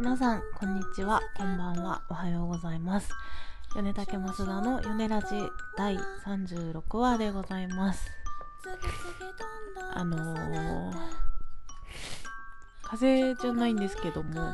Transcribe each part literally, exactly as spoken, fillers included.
皆さんこんにちは、こんばんは、おはようございます。米竹増田の米ラジだいさんじゅうろくわでございます。あのー、風邪じゃないんですけども、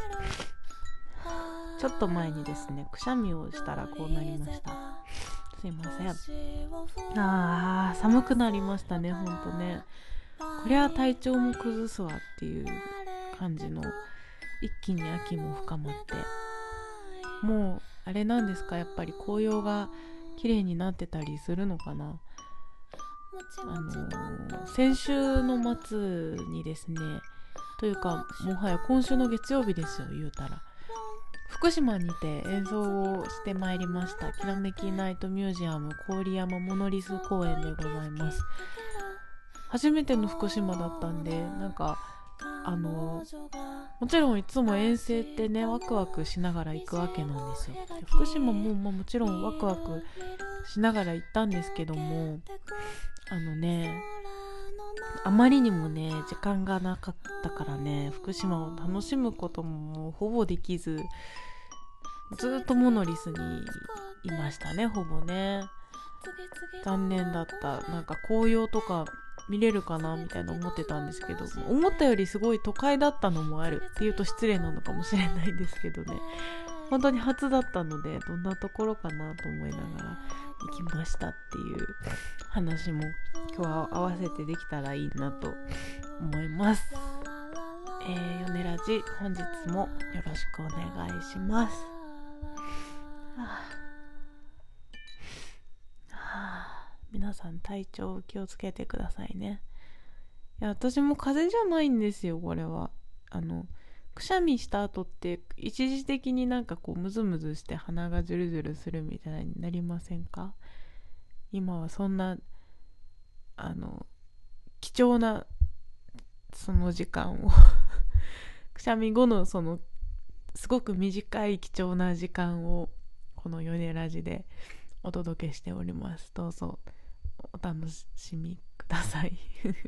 ちょっと前にですね、くしゃみをしたらこうなりました。すいません。あー、寒くなりましたね、ほんとね。こりゃ体調も崩すわっていう感じの、一気に秋も深まって、もうあれなんですか、やっぱり紅葉が綺麗になってたりするのかな。あのー、先週の末にですね、というかもはや今週の月曜日ですよ、言うたら福島にて演奏をしてまいりました。きらめきナイトミュージアム郡山モノリス公演でございます。初めての福島だったんで、なんかあのもちろんいつも遠征ってね、ワクワクしながら行くわけなんですよ。福島も、まあ、もちろんワクワクしながら行ったんですけども、あのねあまりにもね時間がなかったからね、福島を楽しむことももうほぼできず、ずっとモノリスにいましたね、ほぼね。残念だった。なんか紅葉とか見れるかなみたいな思ってたんですけど、思ったよりすごい都会だったのもあるっていうと失礼なのかもしれないんですけどね、本当に初だったので、どんなところかなと思いながら行きましたっていう話も今日は合わせてできたらいいなと思います。えー、ヨネラジ本日もよろしくお願いします。はあはあ、皆さん体調気をつけてくださいね。いや、私も風邪じゃないんですよ、これは。あのくしゃみした後って一時的になんかこうムズムズして鼻がジュルジュルするみたいになりませんか？今はそんなあの貴重なその時間をくしゃみ後のそのすごく短い貴重な時間をこのヨネラジでお届けしております。どうぞお楽しみください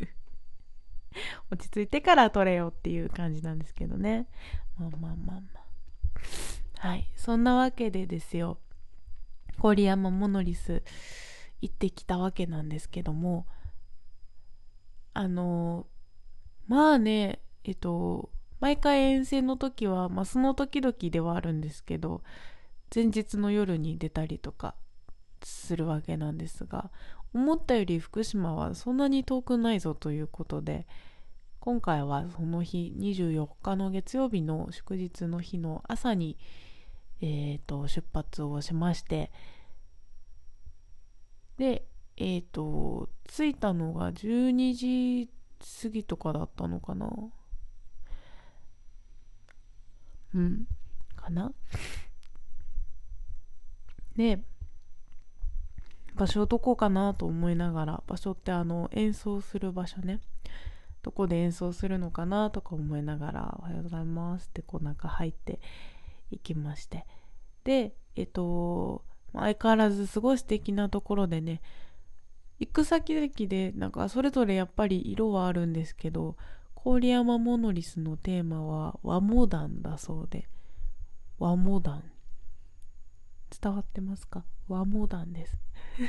落ち着いてから撮れよっていう感じなんですけどね。まあまあまあまあ、はい、そんなわけでですよ、郡山モノリス行ってきたわけなんですけども、あのまあね、えっと毎回遠征の時は、まあ、その時々ではあるんですけど、前日の夜に出たりとかするわけなんですが、思ったより福島はそんなに遠くないぞということで、今回はその日にじゅうよっかの月曜日の祝日の日の朝に、えー、と出発をしまして、で、えー、と着いたのがじゅうにじ過ぎとかだったのかな、うんかな。で、場所どこかなと思いながら、場所ってあの演奏する場所ね、どこで演奏するのかなとか思いながら、おはようございますってこうなんか入っていきまして、でえっと相変わらずすごい素敵なところでね、行く先々でなんかそれぞれやっぱり色はあるんですけど、郡山モノリスのテーマは和モダンだそうで、和モダン伝わってますか？和モダンです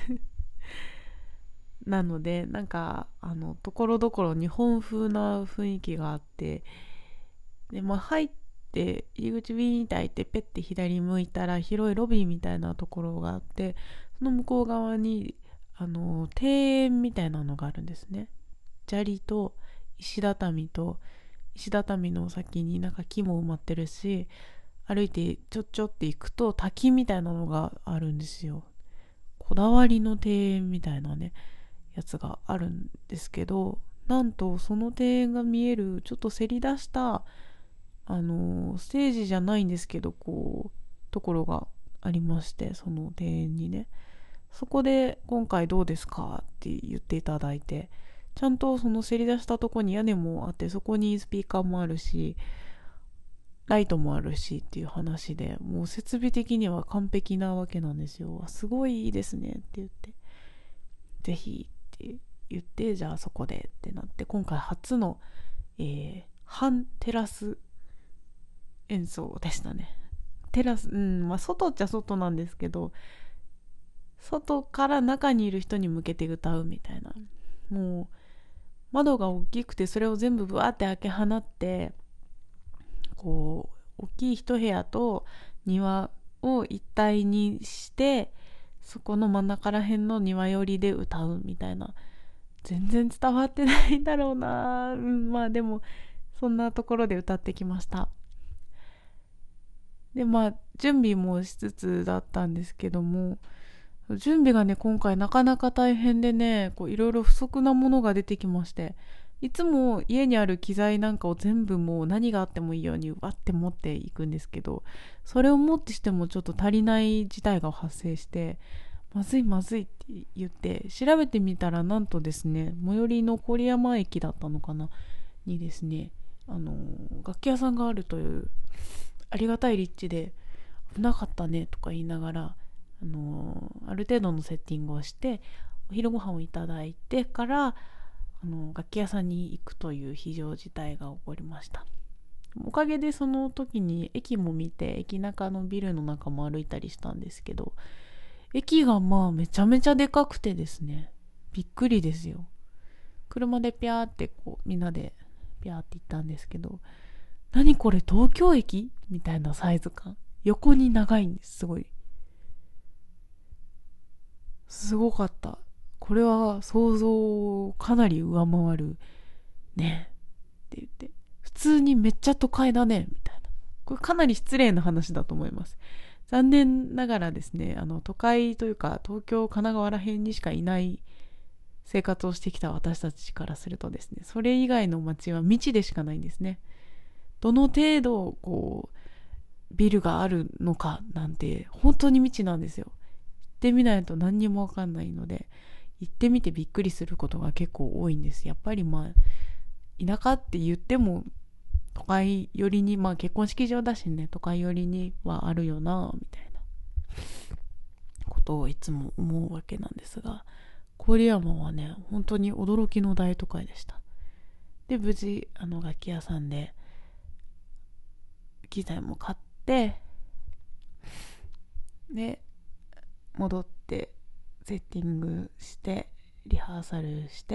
なので、なんかあのところどころ日本風な雰囲気があって、で、まあ、入って入り口ビーンって開いてペッて左向いたら広いロビーみたいなところがあって、その向こう側にあの庭園みたいなのがあるんですね。砂利と石畳と、石畳の先になんか木も埋まってるし、歩いてちょっちょって行くと滝みたいなのがあるんですよ。こだわりの庭園みたいなねやつがあるんですけど、なんとその庭園が見えるちょっとせり出したあのステージじゃないんですけど、こうところがありまして、その庭園にね、そこで今回どうですかって言っていただいて、ちゃんとそのせり出したとこに屋根もあって、そこにスピーカーもあるしライトもあるしっていう話で、もう設備的には完璧なわけなんですよ。すごいいいですねって言って、ぜひって言って、じゃあそこでってなって、今回初の、えー、半テラス演奏でしたね。テラス、うんまあ外っちゃ外なんですけど、外から中にいる人に向けて歌うみたいな、もう窓が大きくてそれを全部ブワーって開け放って、こう大きい一部屋と庭を一体にして、そこの真ん中ら辺の庭寄りで歌うみたいな。全然伝わってないんだろうな、うん、まあでもそんなところで歌ってきました。でまあ準備もしつつだったんですけども、準備がね今回なかなか大変でね、こういろいろ不足なものが出てきまして、いつも家にある機材なんかを全部もう何があってもいいようにわって持っていくんですけど、それを持ってしてもちょっと足りない事態が発生して、まずいまずいって言って調べてみたら、なんとですね、最寄りの郡山駅だったのかなにですね、あの楽器屋さんがあるという、ありがたい立地で、危なかったねとか言いながら、あのある程度のセッティングをしてお昼ご飯をいただいてから、あの楽器屋さんに行くという非常事態が起こりました。おかげでその時に駅も見て、駅中のビルの中も歩いたりしたんですけど、駅がまあめちゃめちゃでかくてですね、びっくりですよ。車でピャーってこうみんなでピャーって行ったんですけど、何これ東京駅みたいなサイズ感、横に長いんです。すごいすごかった。これは想像をかなり上回るねって言って、普通にめっちゃ都会だねみたいな、これかなり失礼な話だと思います。残念ながらですね、あの都会というか東京神奈川ら辺にしかいない生活をしてきた私たちからするとですね、それ以外の街は未知でしかないんですね。どの程度こうビルがあるのかなんて本当に未知なんですよ。行ってみないと何にも分かんないので、行ってみてびっくりすることが結構多いんです。やっぱりまあ田舎って言っても都会寄りに、まあ結婚式場だしね、都会寄りにはあるよなみたいなことをいつも思うわけなんですが、郡山はね本当に驚きの大都会でした。で無事あの楽器屋さんで機材も買って、で戻ってセッティングしてリハーサルして、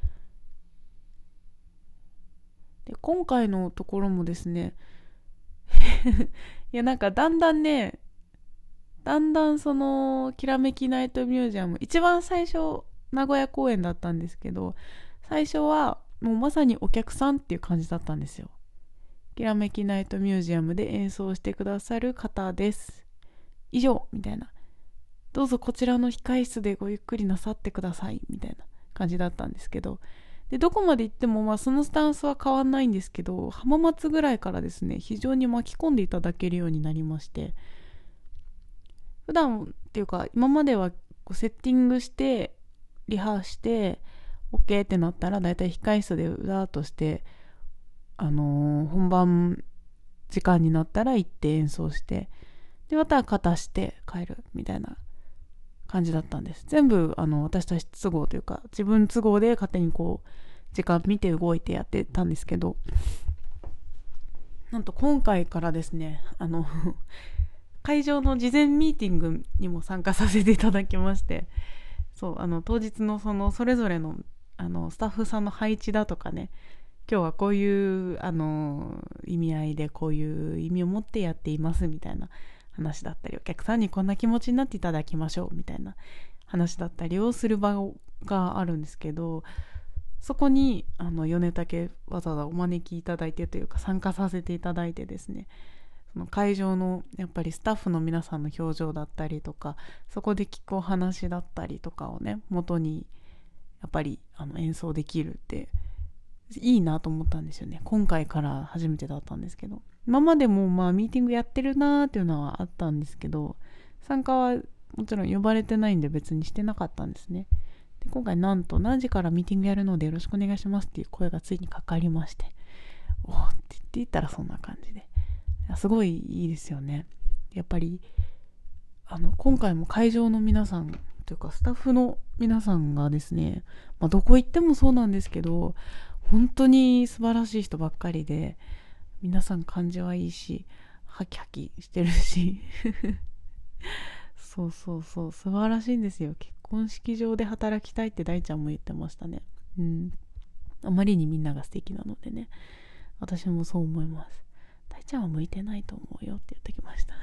で今回のところもですねいやなんかだんだんねだんだんそのきらめきナイトミュージアム、一番最初名古屋公演だったんですけど、最初はもうまさにお客さんっていう感じだったんですよ。きらめきナイトミュージアムで演奏してくださる方です以上みたいな、どうぞこちらの控室でごゆっくりなさってくださいみたいな感じだったんですけど、でどこまで行ってもまあそのスタンスは変わんないんですけど、浜松ぐらいからですね非常に巻き込んでいただけるようになりまして、普段っていうか今まではこうセッティングしてリハして OK ってなったらだいたい控室でうだーっとして、あのー、本番時間になったら行って演奏して、でまた片して帰るみたいな感じだったんです。全部あの私たち都合というか自分都合で勝手にこう時間見て動いてやってたんですけど、なんと今回からですね、あの会場の事前ミーティングにも参加させていただきまして、そうあの当日のそのそれぞれのあのスタッフさんの配置だとかね、今日はこういうあの意味合いでこういう意味を持ってやっていますみたいな話だったり、お客さんにこんな気持ちになっていただきましょうみたいな話だったりをする場があるんですけど、そこにあの米竹わざわざお招きいただいてというか参加させていただいてですね、その会場のやっぱりスタッフの皆さんの表情だったりとか、そこで聞くお話だったりとかをね元にやっぱりあの演奏できるっていいなと思ったんですよね。今回から初めてだったんですけど、今までもまあミーティングやってるなーっていうのはあったんですけど、参加はもちろん呼ばれてないんで別にしてなかったんですね。で今回なんと何時からミーティングやるのでよろしくお願いしますっていう声がついにかかりまして、おーって言っていったらそんな感じで、すごいいいですよね。やっぱりあの今回も会場の皆さんというかスタッフの皆さんがですね、まあ、どこ行ってもそうなんですけど本当に素晴らしい人ばっかりで、 皆さん感じはいいし、ハキハキしてるしそうそうそう、素晴らしいんですよ。結婚式場で働きたいって大ちゃんも言ってましたね。うん。あまりにみんなが素敵なのでね、私もそう思います。大ちゃんは向いてないと思うよって言ってきました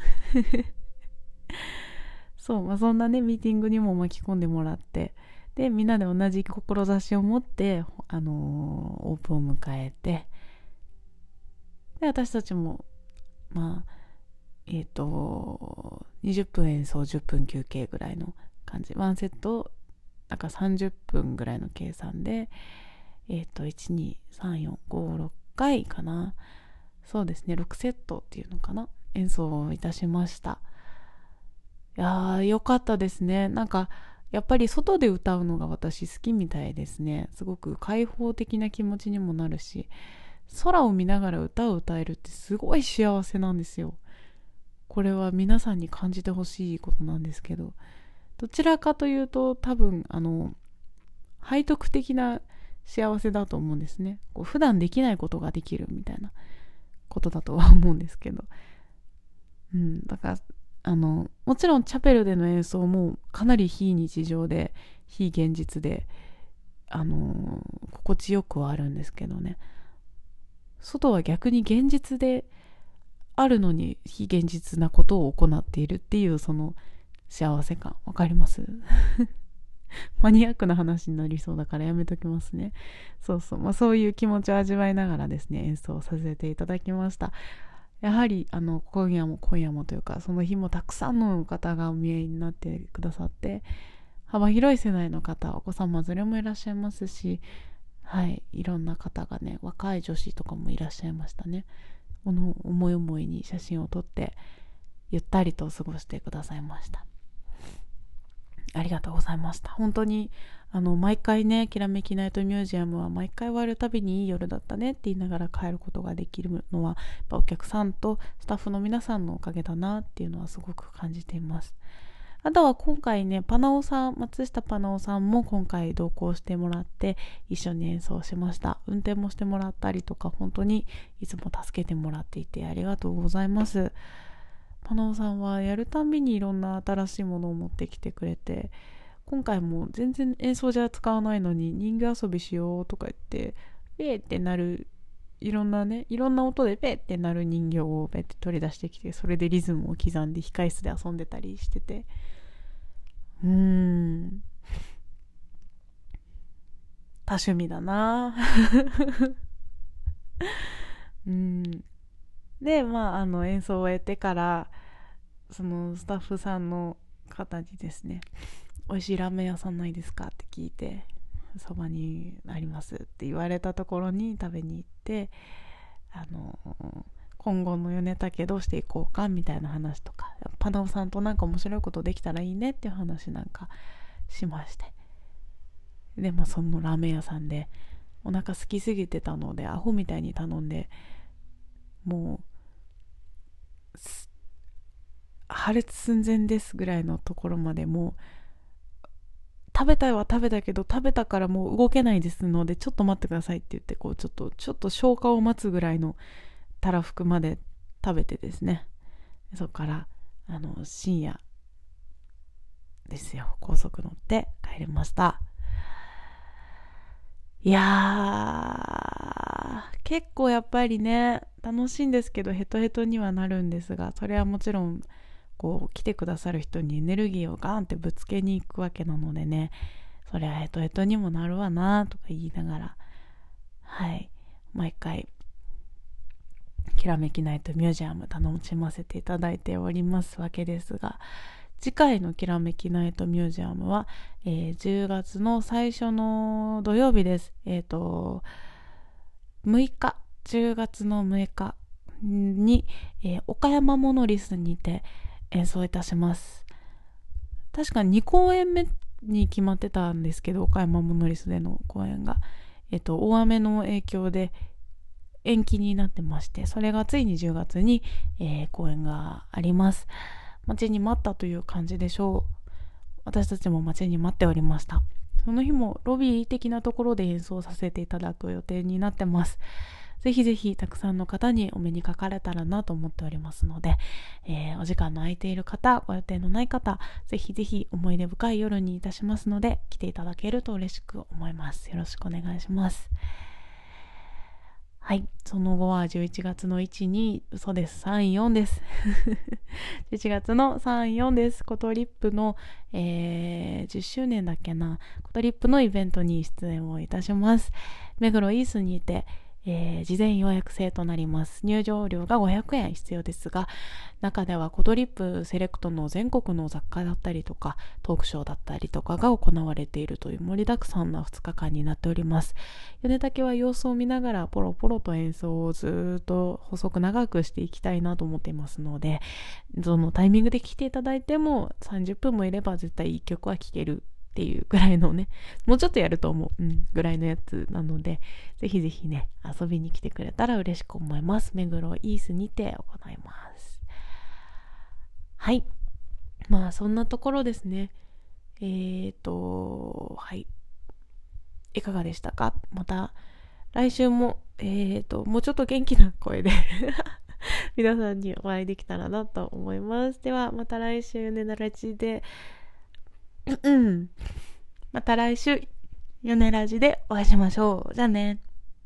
そう、まあ、そんなねミーティングにも巻き込んでもらって、でみんなで同じ志を持って、あのーオープンを迎えて、で私たちもまあえっ、とにじゅっぷん演奏じゅっぷん休憩ぐらいの感じ、ワンセットだからさんじゅっぷんぐらいの計算で、えっ、といちにさんよんごろっかいかな、そうですね、ろくセットっていうのかな、演奏をいたしました。いやーよかったですね。なんかやっぱり外で歌うのが私好きみたいですね。すごく開放的な気持ちにもなるし、空を見ながら歌を歌えるってすごい幸せなんですよ。これは皆さんに感じてほしいことなんですけど、どちらかというと多分あの背徳的な幸せだと思うんですね。こう普段できないことができるみたいなことだとは思うんですけど、うん、だからあのもちろんチャペルでの演奏もかなり非日常で非現実で、あの心地よくはあるんですけどね、外は逆に現実であるのに非現実なことを行っているっていう、その幸せ感わかりますマニアックな話になりそうだからやめときますね。そうそう、まあ、そういう気持ちを味わいながらですね演奏させていただきました。やはりあの今夜も今夜もというかその日もたくさんの方がお見えになってくださって、幅広い世代の方、お子様連れもいらっしゃいますし、はい、いろんな方がね、若い女子とかもいらっしゃいましたね。この思い思いに写真を撮ってゆったりと過ごしてくださいました。ありがとうございました。本当にあの毎回ね、きらめきナイトミュージアムは毎回終わるたびにいい夜だったねって言いながら帰ることができるのは、やっぱお客さんとスタッフの皆さんのおかげだなっていうのはすごく感じています。あとは今回ね、パナオさん、松下パナオさんも今回同行してもらって一緒に演奏しました。運転もしてもらったりとか、本当にいつも助けてもらっていてありがとうございます。パナオさんはやるたんびにいろんな新しいものを持ってきてくれて、今回も全然演奏じゃ使わないのに人形遊びしようとか言ってペーってなる、いろんなねいろんな音でペーってなる人形をペーって取り出してきて、それでリズムを刻んで控室で遊んでたりしてて、うーん多趣味だなうんでまああの演奏を終えてから、そのスタッフさんの方にですね、美味しいラーメン屋さんないですかって聞いて、そばにありますって言われたところに食べに行って、あの今後の米竹どうしていこうかみたいな話とか、パナオさんとなんか面白いことできたらいいねっていう話なんかしまして、でまあそのラーメン屋さんでお腹空きすぎてたのでアホみたいに頼んで、もう破裂寸前ですぐらいのところまで、もう食べたいは食べたけど食べたからもう動けないですのでちょっと待ってくださいって言って、こうちょっとちょっと消化を待つぐらいのたらふくまで食べてですね、そこからあの深夜ですよ、高速乗って帰りました。いやー結構やっぱりね楽しいんですけどヘトヘトにはなるんですが、それはもちろんこう来てくださる人にエネルギーをガーンってぶつけに行くわけなのでね、そりゃヘトヘトにもなるわなとか言いながら、はい毎回きらめきナイトミュージアム楽しませていただいておりますわけですが、次回のきらめきナイトミュージアムは、えー、じゅうがつの最初の土曜日です。えっとむいか、じゅうがつのむいかに、えー、岡山モノリスにて演奏いたします。確かにこうえんめに決まってたんですけど、岡山モノリスでの公演が、えっと、大雨の影響で延期になってまして、それがついにじゅうがつに、えー、公演があります。待ちに待ったという感じでしょう。私たちも待ちに待っておりました。その日もロビー的なところで演奏させていただく予定になってます。 ぜひぜひたくさんの方にお目にかかれたらなと思っておりますので、えー、お時間の空いている方、ご予定のない方、ぜひぜひ思い出深い夜にいたしますので、来ていただけると嬉しく思います。よろしくお願いします。はい、その後はじゅういちがつのいち、に、嘘です、さん、よんですじゅういちがつのさん、よんです。コトリップの、えー、じゅっしゅうねんだっけな、コトリップのイベントに出演をいたします。目黒イースにて、えー、事前予約制となります。入場料がごひゃくえん必要ですが、中ではコトリップセレクトの全国の雑貨だったりとかトークショーだったりとかが行われているという盛りだくさんなふつかかんになっております。米竹は様子を見ながらポロポロと演奏をずっと細く長くしていきたいなと思っていますので、そのタイミングで来ていただいてもさんじゅっぷんもいれば絶対いい曲は聴けるっていうぐらいのね、もうちょっとやると思う、うん、ぐらいのやつなので、ぜひぜひね遊びに来てくれたら嬉しく思います。目黒イースにて行います。はい、まあそんなところですね。えーとはいいかがでしたか。また来週もえーともうちょっと元気な声で皆さんにお会いできたらなと思います。ではまた来週ねならちでうんまた来週ヨネラジでお会いしましょう。じゃあね。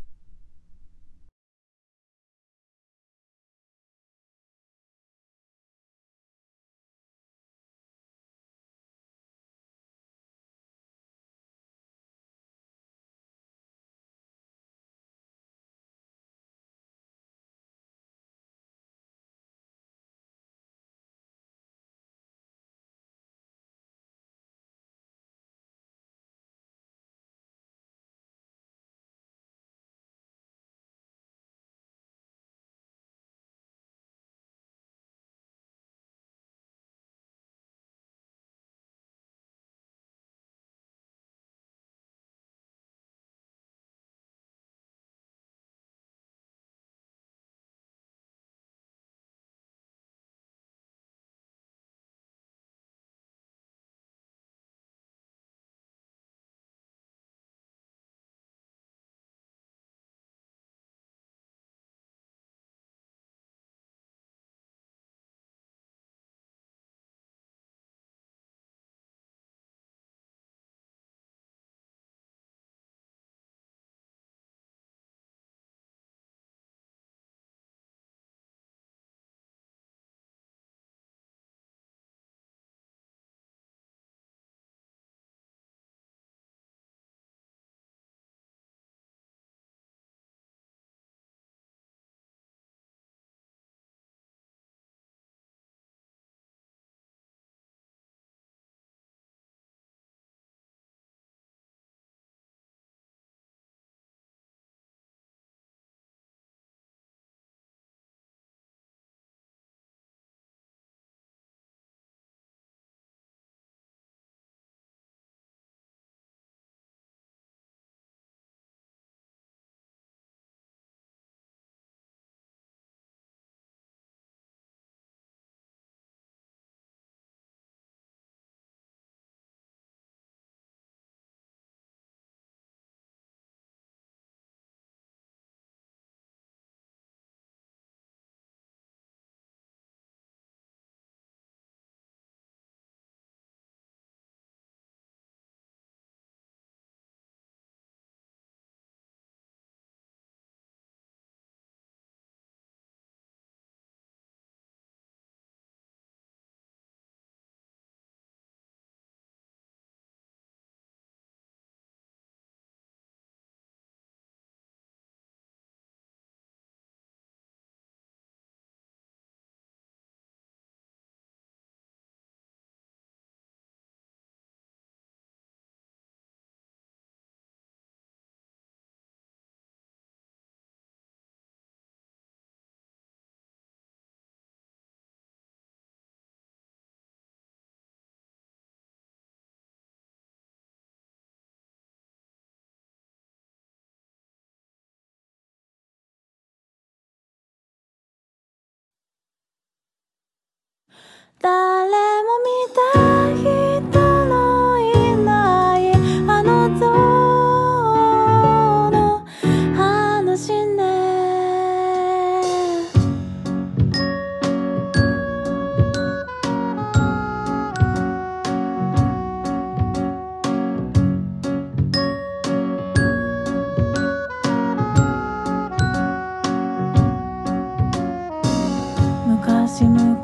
誰も見た人のいないあの像の話ね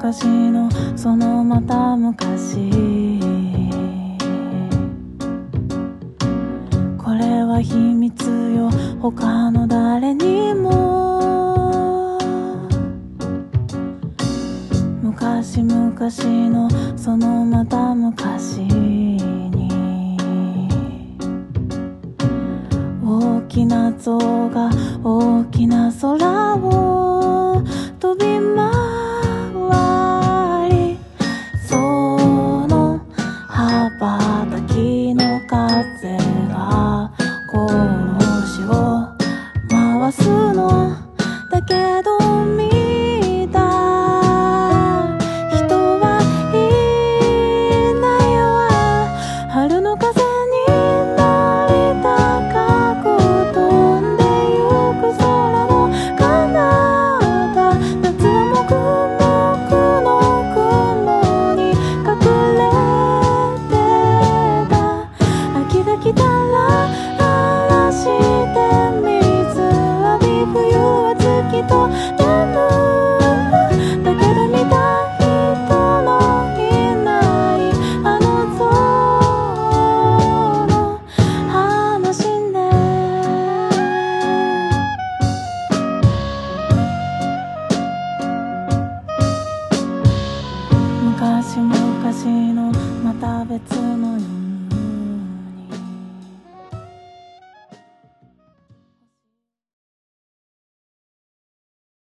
昔のそのまた昔、これは秘密よ他の誰にも。昔々のそのまた昔に、大きな象が大きな空を飛び回り、その羽ばたきの風が殺しを回すのだけど見た人はいないわ。春の風になり高く飛んでゆく空の彼方、夏はもくもくの雲に隠れてた。秋が来たら嵐で水浴び、冬は月と眠る。だけど見た人のいないあの象の話ね。昔々のまた別の夢。